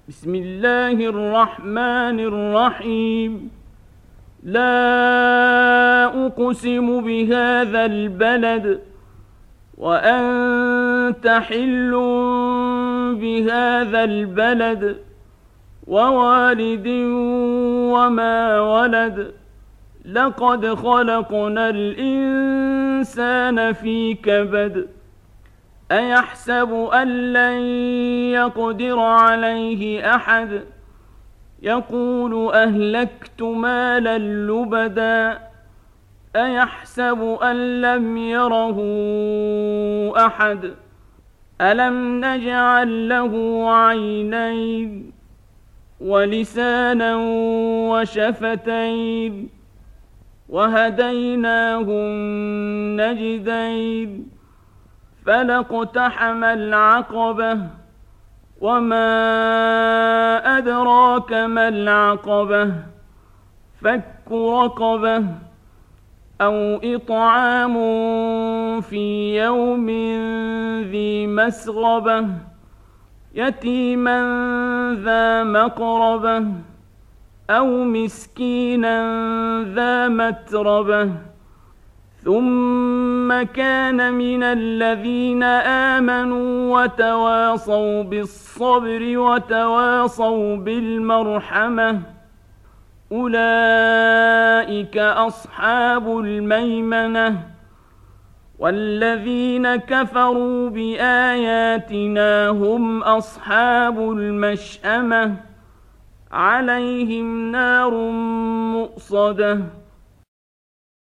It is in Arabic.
بسم الله الرحمن الرحيم. لا أقسم بهذا البلد وأنت حل بهذا البلد ووالد وما ولد. لقد خلقنا الإنسان في كبد. أيحسب أن لن يقدر عليه أحد. يقول أهلكت مالا لبدا. أيحسب أن لم يره أحد. ألم نجعل له عينين ولسانا وشفتين وهديناه النجدين. فلاقتحم العقبة وما أدراك ما العقبة. فك رقبة أو إطعام في يوم ذي مسغبة يتيما ذا مقربة أو مسكينا ذا متربة. ثم كان من الذين آمنوا وتواصوا بالصبر وتواصوا بالمرحمة. أولئك أصحاب الميمنة. والذين كفروا بآياتنا هم أصحاب المشأمة. عليهم نار مؤصدة.